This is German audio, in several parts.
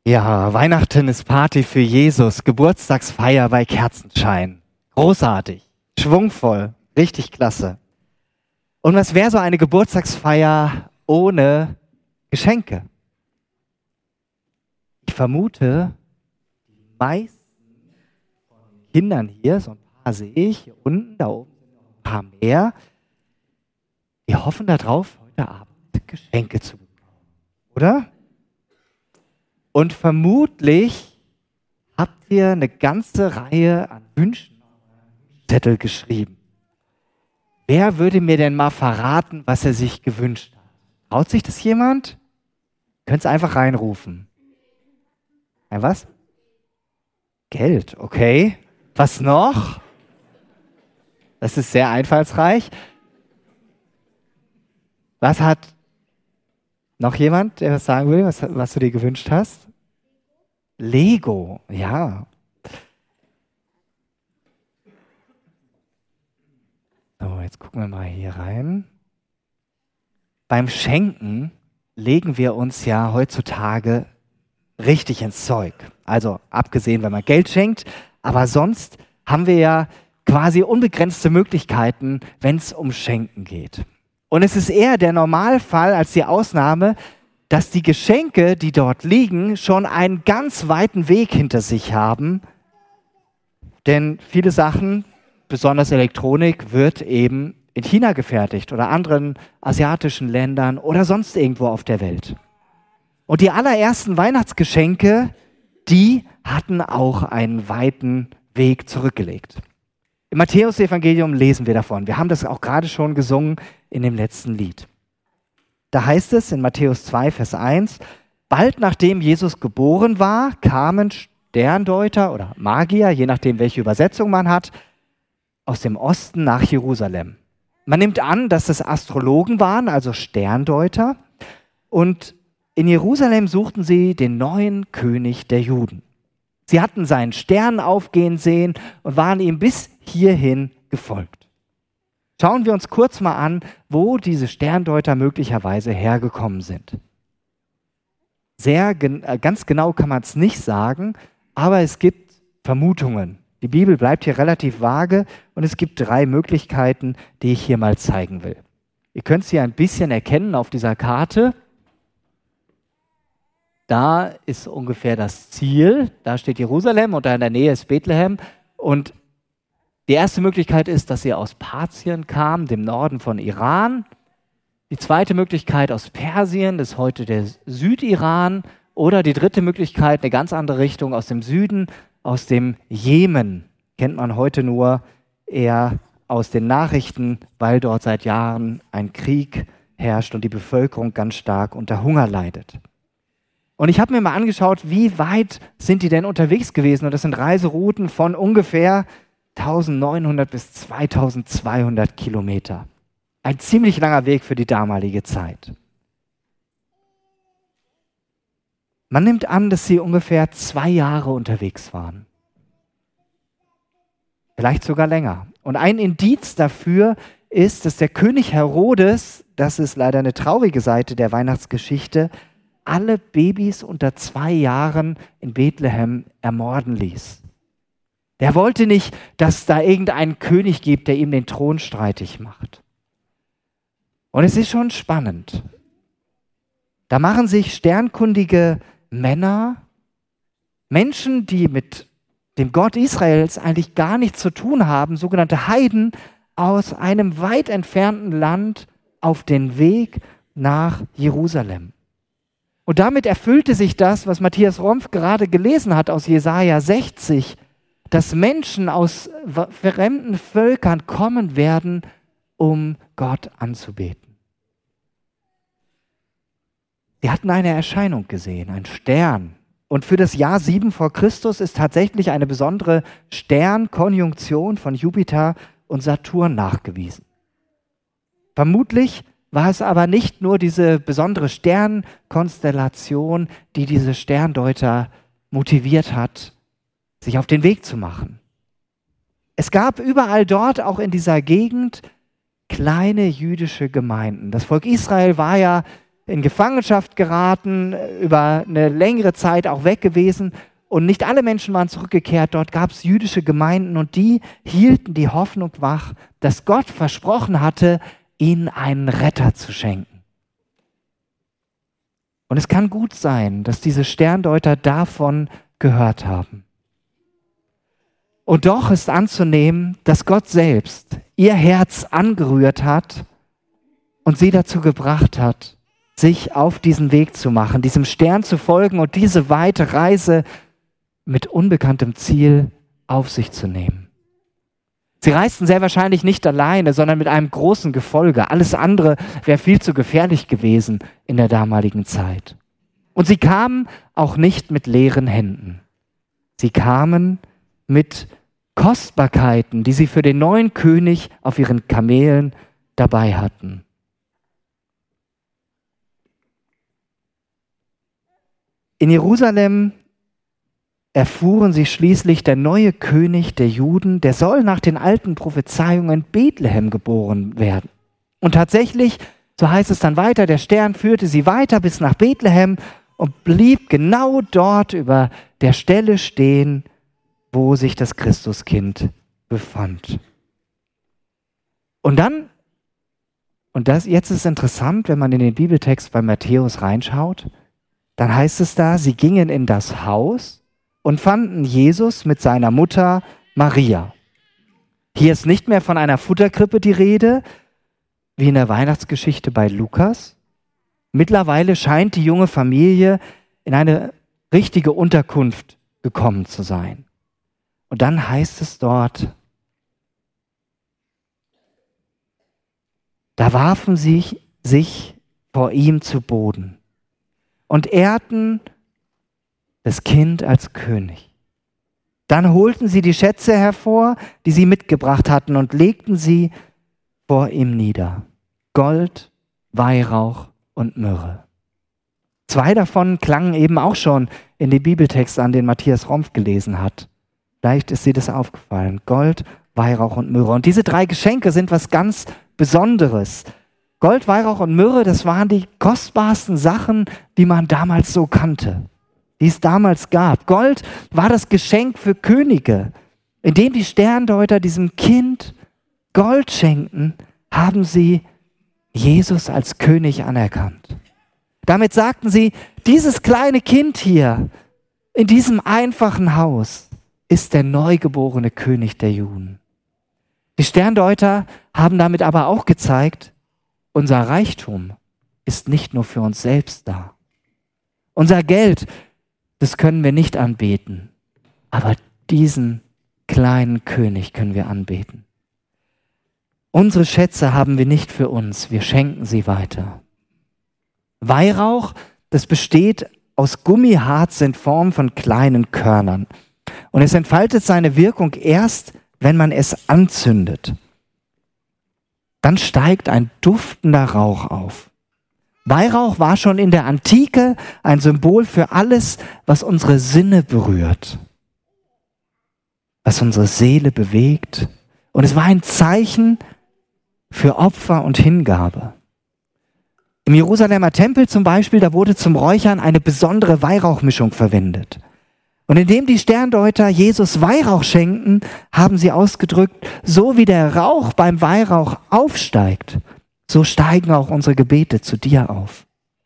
Ja, Weihnachten ist Party für Jesus, Geburtstagsfeier bei Kerzenschein. Großartig, schwungvoll, richtig klasse. Und was wäre so eine Geburtstagsfeier ohne Geschenke? Ich vermute, die meisten Kindern hier, so ein paar sehe ich, hier unten, da oben sind noch ein paar mehr, die hoffen darauf, heute Abend Geschenke zu bekommen, oder? Und vermutlich habt ihr eine ganze Reihe an Wünschen auf euren Zettel geschrieben. Wer würde mir denn mal verraten, was er sich gewünscht hat? Traut sich das jemand? Könnt ihr einfach reinrufen. Ein was? Geld, okay. Was noch? Das ist sehr einfallsreich. Was hat noch jemand, der was sagen will, was du dir gewünscht hast? Lego, ja. So, jetzt gucken wir mal hier rein. Beim Schenken legen wir uns ja heutzutage richtig ins Zeug. Also abgesehen, wenn man Geld schenkt, aber sonst haben wir ja quasi unbegrenzte Möglichkeiten, wenn es um Schenken geht. Und es ist eher der Normalfall als die Ausnahme, dass die Geschenke, die dort liegen, schon einen ganz weiten Weg hinter sich haben. Denn viele Sachen, besonders Elektronik, wird eben in China gefertigt oder anderen asiatischen Ländern oder sonst irgendwo auf der Welt. Und die allerersten Weihnachtsgeschenke, die hatten auch einen weiten Weg zurückgelegt. Im Matthäus-Evangelium lesen wir davon. Wir haben das auch gerade schon gesungen in dem letzten Lied. Da heißt es in Matthäus 2, Vers 1, bald nachdem Jesus geboren war, kamen Sterndeuter oder Magier, je nachdem, welche Übersetzung man hat, aus dem Osten nach Jerusalem. Man nimmt an, dass es Astrologen waren, also Sterndeuter. Und in Jerusalem suchten sie den neuen König der Juden. Sie hatten seinen Stern aufgehen sehen und waren ihm bis hierhin gefolgt. Schauen wir uns kurz mal an, wo diese Sterndeuter möglicherweise hergekommen sind. Ganz genau kann man es nicht sagen, aber es gibt Vermutungen. Die Bibel bleibt hier relativ vage und es gibt 3 Möglichkeiten, die ich hier mal zeigen will. Ihr könnt es hier ein bisschen erkennen auf dieser Karte. Da ist ungefähr das Ziel, da steht Jerusalem und da in der Nähe ist Bethlehem. Und die erste Möglichkeit ist, dass sie aus Parthien kam, dem Norden von Iran. Die zweite Möglichkeit aus Persien, das ist heute der Südiran. Oder die dritte Möglichkeit, eine ganz andere Richtung, aus dem Süden, aus dem Jemen. Kennt man heute nur eher aus den Nachrichten, weil dort seit Jahren ein Krieg herrscht und die Bevölkerung ganz stark unter Hunger leidet. Und ich habe mir mal angeschaut, wie weit sind die denn unterwegs gewesen? Und das sind Reiserouten von ungefähr 1900 bis 2200 Kilometer. Ein ziemlich langer Weg für die damalige Zeit. Man nimmt an, dass sie ungefähr 2 Jahre unterwegs waren. Vielleicht sogar länger. Und ein Indiz dafür ist, dass der König Herodes, das ist leider eine traurige Seite der Weihnachtsgeschichte, alle Babys unter 2 Jahren in Bethlehem ermorden ließ. Der wollte nicht, dass da irgendeinen König gibt, der ihm den Thron streitig macht. Und es ist schon spannend. Da machen sich sternkundige Männer, Menschen, die mit dem Gott Israels eigentlich gar nichts zu tun haben, sogenannte Heiden, aus einem weit entfernten Land auf den Weg nach Jerusalem. Und damit erfüllte sich das, was Matthias Rompf gerade gelesen hat aus Jesaja 60, dass Menschen aus fremden Völkern kommen werden, um Gott anzubeten. Sie hatten eine Erscheinung gesehen, ein Stern. Und für das Jahr 7 vor Christus ist tatsächlich eine besondere Sternkonjunktion von Jupiter und Saturn nachgewiesen. Vermutlich war es aber nicht nur diese besondere Sternkonstellation, die diese Sterndeuter motiviert hat, sich auf den Weg zu machen. Es gab überall dort, auch in dieser Gegend, kleine jüdische Gemeinden. Das Volk Israel war ja in Gefangenschaft geraten, über eine längere Zeit auch weg gewesen. Und nicht alle Menschen waren zurückgekehrt. Dort gab es jüdische Gemeinden und die hielten die Hoffnung wach, dass Gott versprochen hatte, ihnen einen Retter zu schenken. Und es kann gut sein, dass diese Sterndeuter davon gehört haben. Und doch ist anzunehmen, dass Gott selbst ihr Herz angerührt hat und sie dazu gebracht hat, sich auf diesen Weg zu machen, diesem Stern zu folgen und diese weite Reise mit unbekanntem Ziel auf sich zu nehmen. Sie reisten sehr wahrscheinlich nicht alleine, sondern mit einem großen Gefolge. Alles andere wäre viel zu gefährlich gewesen in der damaligen Zeit. Und sie kamen auch nicht mit leeren Händen. Sie kamen mit Kostbarkeiten, die sie für den neuen König auf ihren Kamelen dabei hatten. In Jerusalem erfuhren sie schließlich, der neue König der Juden, der soll nach den alten Prophezeiungen Bethlehem geboren werden. Und tatsächlich, so heißt es dann weiter, der Stern führte sie weiter bis nach Bethlehem und blieb genau dort über der Stelle stehen, wo sich das Christuskind befand. Und dann, jetzt ist interessant, wenn man in den Bibeltext bei Matthäus reinschaut, dann heißt es da, sie gingen in das Haus und fanden Jesus mit seiner Mutter Maria. Hier ist nicht mehr von einer Futterkrippe die Rede, wie in der Weihnachtsgeschichte bei Lukas. Mittlerweile scheint die junge Familie in eine richtige Unterkunft gekommen zu sein. Und dann heißt es dort, da warfen sie sich vor ihm zu Boden und ehrten das Kind als König. Dann holten sie die Schätze hervor, die sie mitgebracht hatten, und legten sie vor ihm nieder. Gold, Weihrauch und Myrrhe. 2 davon klangen eben auch schon in dem Bibeltext an, den Matthias Rompf gelesen hat. Vielleicht ist dir das aufgefallen. Gold, Weihrauch und Myrrhe. Und diese 3 Geschenke sind was ganz Besonderes. Gold, Weihrauch und Myrrhe, das waren die kostbarsten Sachen, die man damals so kannte, die es damals gab. Gold war das Geschenk für Könige. Indem die Sterndeuter diesem Kind Gold schenkten, haben sie Jesus als König anerkannt. Damit sagten sie, dieses kleine Kind hier in diesem einfachen Haus ist der neugeborene König der Juden. Die Sterndeuter haben damit aber auch gezeigt, unser Reichtum ist nicht nur für uns selbst da. Unser Geld, das können wir nicht anbeten, aber diesen kleinen König können wir anbeten. Unsere Schätze haben wir nicht für uns, wir schenken sie weiter. Weihrauch, das besteht aus Gummiharz in Form von kleinen Körnern. Und es entfaltet seine Wirkung erst, wenn man es anzündet. Dann steigt ein duftender Rauch auf. Weihrauch war schon in der Antike ein Symbol für alles, was unsere Sinne berührt, was unsere Seele bewegt. Und es war ein Zeichen für Opfer und Hingabe. Im Jerusalemer Tempel zum Beispiel, da wurde zum Räuchern eine besondere Weihrauchmischung verwendet. Und indem die Sterndeuter Jesus Weihrauch schenkten, haben sie ausgedrückt, so wie der Rauch beim Weihrauch aufsteigt, so steigen auch unsere Gebete zu dir auf.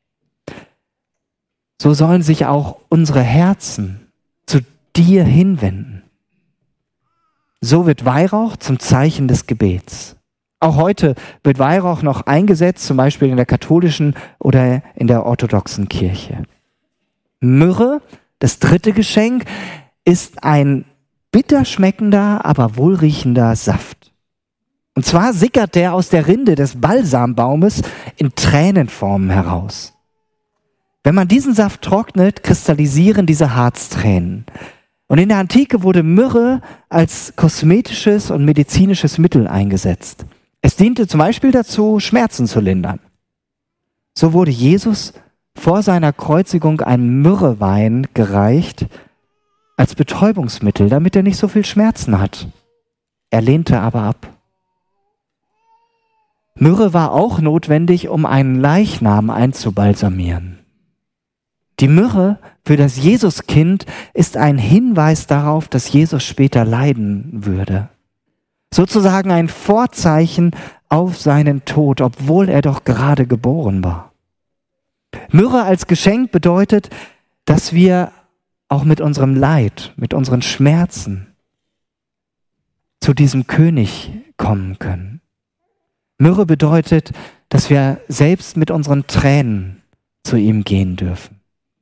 So sollen sich auch unsere Herzen zu dir hinwenden. So wird Weihrauch zum Zeichen des Gebets. Auch heute wird Weihrauch noch eingesetzt, zum Beispiel in der katholischen oder in der orthodoxen Kirche. Myrrhe, das 3. Geschenk, ist ein bitter schmeckender, aber wohlriechender Saft. Und zwar sickert der aus der Rinde des Balsambaumes in Tränenformen heraus. Wenn man diesen Saft trocknet, kristallisieren diese Harztränen. Und in der Antike wurde Myrrhe als kosmetisches und medizinisches Mittel eingesetzt. Es diente zum Beispiel dazu, Schmerzen zu lindern. So wurde Jesus vor seiner Kreuzigung ein Myrrhewein gereicht als Betäubungsmittel, damit er nicht so viel Schmerzen hat. Er lehnte aber ab. Myrrhe war auch notwendig, um einen Leichnam einzubalsamieren. Die Myrrhe für das Jesuskind ist ein Hinweis darauf, dass Jesus später leiden würde. Sozusagen ein Vorzeichen auf seinen Tod, obwohl er doch gerade geboren war. Myrrhe als Geschenk bedeutet, dass wir auch mit unserem Leid, mit unseren Schmerzen zu diesem König kommen können. Myrrhe bedeutet, dass wir selbst mit unseren Tränen zu ihm gehen dürfen.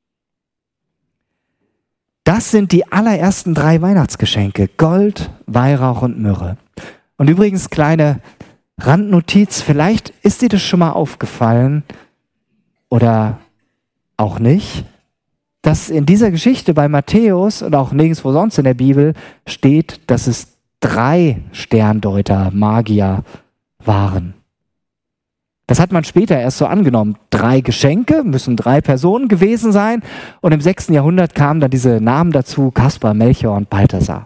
Das sind die allerersten 3 Weihnachtsgeschenke: Gold, Weihrauch und Myrrhe. Und übrigens, kleine Randnotiz, vielleicht ist dir das schon mal aufgefallen oder auch nicht, dass in dieser Geschichte bei Matthäus und auch nirgendwo sonst in der Bibel steht, dass es 3 Sterndeuter, Magier waren. Das hat man später erst so angenommen. 3 Geschenke, müssen 3 Personen gewesen sein. Und im 6. Jahrhundert kamen dann diese Namen dazu: Kaspar, Melchior und Balthasar.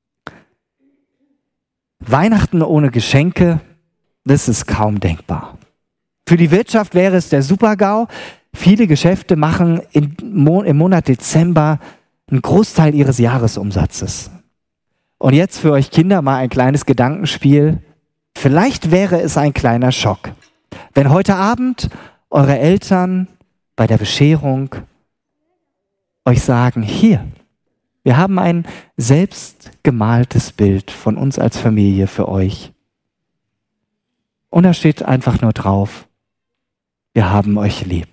Weihnachten ohne Geschenke, das ist kaum denkbar. Für die Wirtschaft wäre es der Super-GAU. Viele Geschäfte machen im Monat Dezember einen Großteil ihres Jahresumsatzes. Und jetzt für euch Kinder mal ein kleines Gedankenspiel. Vielleicht wäre es ein kleiner Schock, wenn heute Abend eure Eltern bei der Bescherung euch sagen: Hier, wir haben ein selbst gemaltes Bild von uns als Familie für euch. Und da steht einfach nur drauf: Wir haben euch lieb.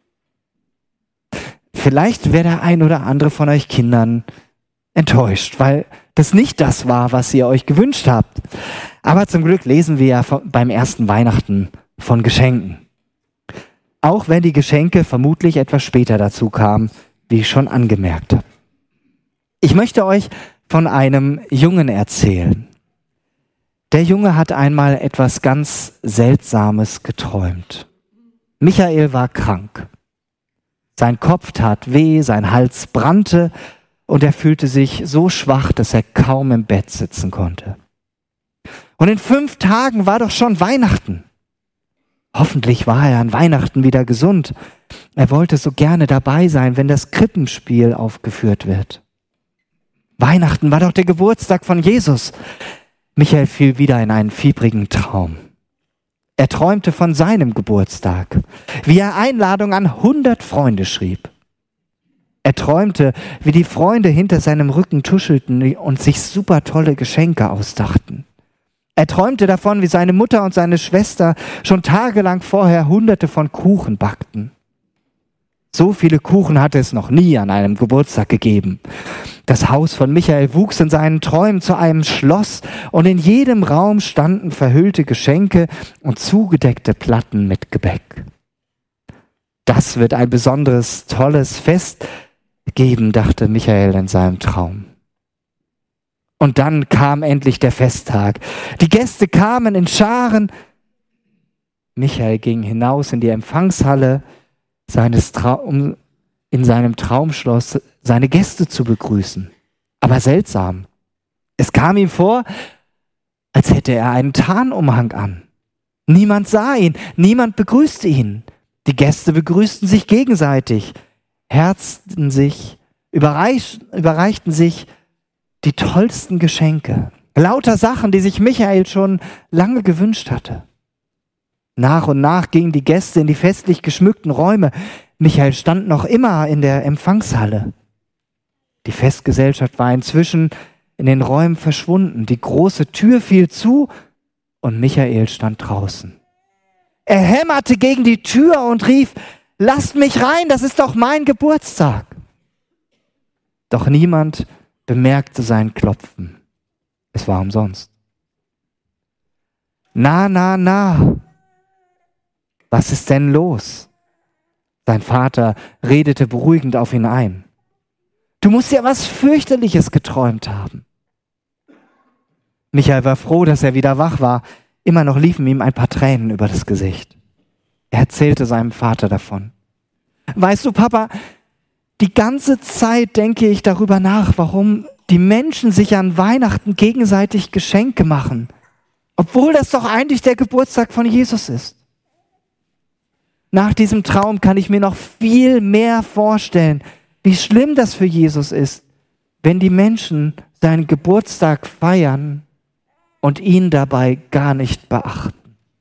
Vielleicht wäre der ein oder andere von euch Kindern enttäuscht, weil das nicht das war, was ihr euch gewünscht habt. Aber zum Glück lesen wir ja beim ersten Weihnachten von Geschenken. Auch wenn die Geschenke vermutlich etwas später dazu kamen, wie ich schon angemerkt habe. Ich möchte euch von einem Jungen erzählen. Der Junge hat einmal etwas ganz Seltsames geträumt. Michael war krank. Sein Kopf tat weh, sein Hals brannte und er fühlte sich so schwach, dass er kaum im Bett sitzen konnte. Und in 5 Tagen war doch schon Weihnachten. Hoffentlich war er an Weihnachten wieder gesund. Er wollte so gerne dabei sein, wenn das Krippenspiel aufgeführt wird. Weihnachten war doch der Geburtstag von Jesus. Michael fiel wieder in einen fiebrigen Traum. Er träumte von seinem Geburtstag, wie er Einladung an 100 Freunde schrieb. Er träumte, wie die Freunde hinter seinem Rücken tuschelten und sich super tolle Geschenke ausdachten. Er träumte davon, wie seine Mutter und seine Schwester schon tagelang vorher Hunderte von Kuchen backten. So viele Kuchen hatte es noch nie an einem Geburtstag gegeben. Das Haus von Michael wuchs in seinen Träumen zu einem Schloss und in jedem Raum standen verhüllte Geschenke und zugedeckte Platten mit Gebäck. Das wird ein besonderes, tolles Fest geben, dachte Michael in seinem Traum. Und dann kam endlich der Festtag. Die Gäste kamen in Scharen. Michael ging hinaus in die Empfangshalle um in seinem Traumschloss seine Gäste zu begrüßen. Aber seltsam. Es kam ihm vor, als hätte er einen Tarnumhang an. Niemand sah ihn, niemand begrüßte ihn. Die Gäste begrüßten sich gegenseitig, herzten sich, überreichten sich die tollsten Geschenke. Lauter Sachen, die sich Michael schon lange gewünscht hatte. Nach und nach gingen die Gäste in die festlich geschmückten Räume. Michael stand noch immer in der Empfangshalle. Die Festgesellschaft war inzwischen in den Räumen verschwunden. Die große Tür fiel zu und Michael stand draußen. Er hämmerte gegen die Tür und rief: Lasst mich rein, das ist doch mein Geburtstag. Doch niemand bemerkte sein Klopfen. Es war umsonst. Na, was ist denn los? Sein Vater redete beruhigend auf ihn ein. Du musst ja was fürchterliches geträumt haben. Michael war froh, dass er wieder wach war. Immer noch liefen ihm ein paar Tränen über das Gesicht. Er erzählte seinem Vater davon. Weißt du, Papa, die ganze Zeit denke ich darüber nach, warum die Menschen sich an Weihnachten gegenseitig Geschenke machen Obwohl das doch eigentlich der Geburtstag von Jesus ist. Nach diesem Traum kann ich mir noch viel mehr vorstellen, wie schlimm das für Jesus ist, wenn die Menschen seinen Geburtstag feiern und ihn dabei gar nicht beachten.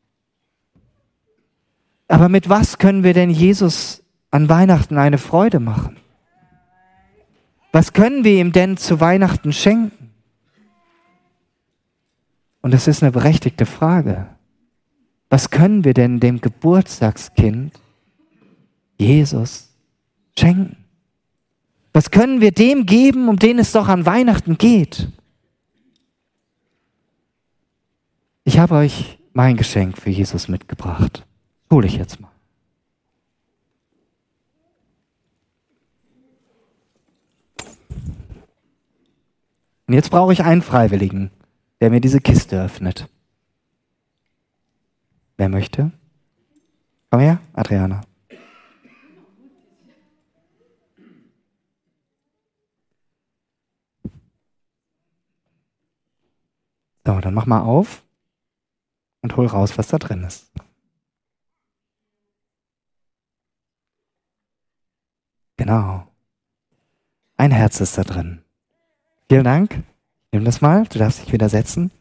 Aber mit was können wir denn Jesus an Weihnachten eine Freude machen? Was können wir ihm denn zu Weihnachten schenken? Und das ist eine berechtigte Frage. Was können wir denn dem Geburtstagskind Jesus schenken? Was können wir dem geben, um den es doch an Weihnachten geht? Ich habe euch mein Geschenk für Jesus mitgebracht. Hole ich jetzt mal. Und jetzt brauche ich einen Freiwilligen, der mir diese Kiste öffnet. Wer möchte? Komm her, Adriana. So, dann mach mal auf und hol raus, was da drin ist. Genau. Ein Herz ist da drin. Vielen Dank. Nimm das mal, du darfst dich wieder setzen.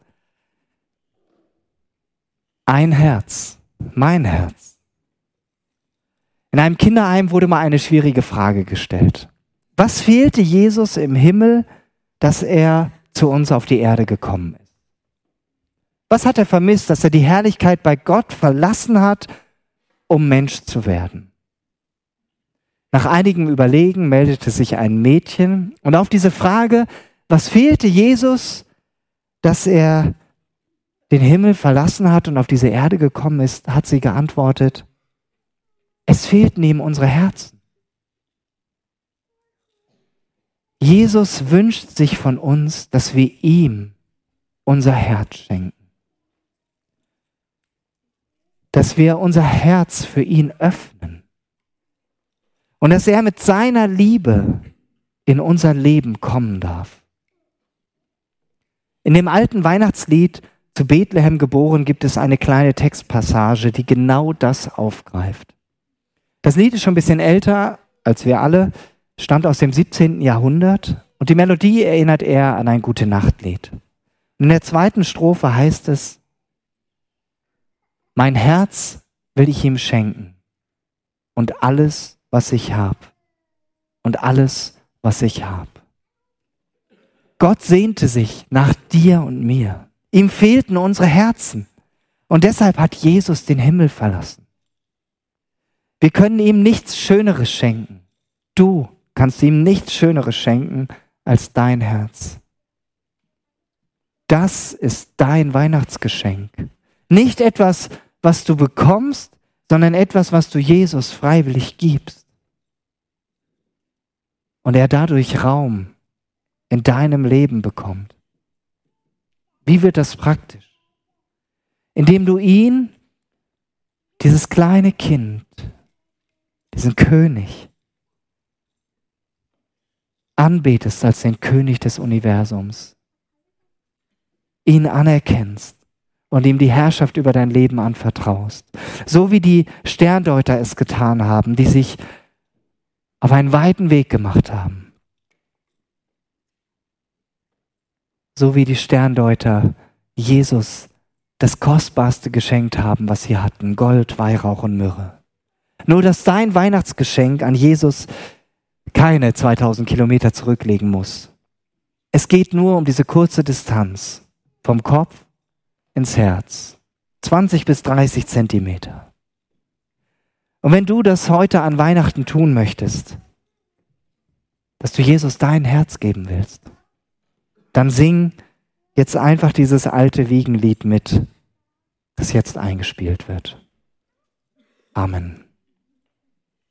Ein Herz, mein Herz. In einem Kinderheim wurde mal eine schwierige Frage gestellt. Was fehlte Jesus im Himmel, dass er zu uns auf die Erde gekommen ist? Was hat er vermisst, dass er die Herrlichkeit bei Gott verlassen hat, um Mensch zu werden? Nach einigem Überlegen meldete sich ein Mädchen und auf diese Frage, was fehlte Jesus, dass er den Himmel verlassen hat und auf diese Erde gekommen ist, hat sie geantwortet, es fehlten ihm unsere Herzen. Jesus wünscht sich von uns, dass wir ihm unser Herz schenken. Dass wir unser Herz für ihn öffnen. Und dass er mit seiner Liebe in unser Leben kommen darf. In dem alten Weihnachtslied Zu Bethlehem geboren gibt es eine kleine Textpassage, die genau das aufgreift. Das Lied ist schon ein bisschen älter als wir alle, stammt aus dem 17. Jahrhundert und die Melodie erinnert eher an ein Gute-Nacht-Lied. In der zweiten Strophe heißt es, mein Herz will ich ihm schenken und alles, was ich hab. Und alles, was ich hab. Gott sehnte sich nach dir und mir. Ihm fehlten unsere Herzen. Und deshalb hat Jesus den Himmel verlassen. Wir können ihm nichts Schöneres schenken. Du kannst ihm nichts Schöneres schenken als dein Herz. Das ist dein Weihnachtsgeschenk. Nicht etwas, was du bekommst, sondern etwas, was du Jesus freiwillig gibst. Und er dadurch Raum in deinem Leben bekommt. Wie wird das praktisch? Indem du ihn, dieses kleine Kind, diesen König, anbetest als den König des Universums, ihn anerkennst und ihm die Herrschaft über dein Leben anvertraust. So wie die Sterndeuter es getan haben, die sich auf einen weiten Weg gemacht haben. So wie die Sterndeuter Jesus das Kostbarste geschenkt haben, was sie hatten, Gold, Weihrauch und Myrrhe. Nur, dass dein Weihnachtsgeschenk an Jesus keine 2000 Kilometer zurücklegen muss. Es geht nur um diese kurze Distanz vom Kopf ins Herz. 20 bis 30 Zentimeter. Und wenn du das heute an Weihnachten tun möchtest, dass du Jesus dein Herz geben willst, dann sing jetzt einfach dieses alte Wiegenlied mit, das jetzt eingespielt wird. Amen.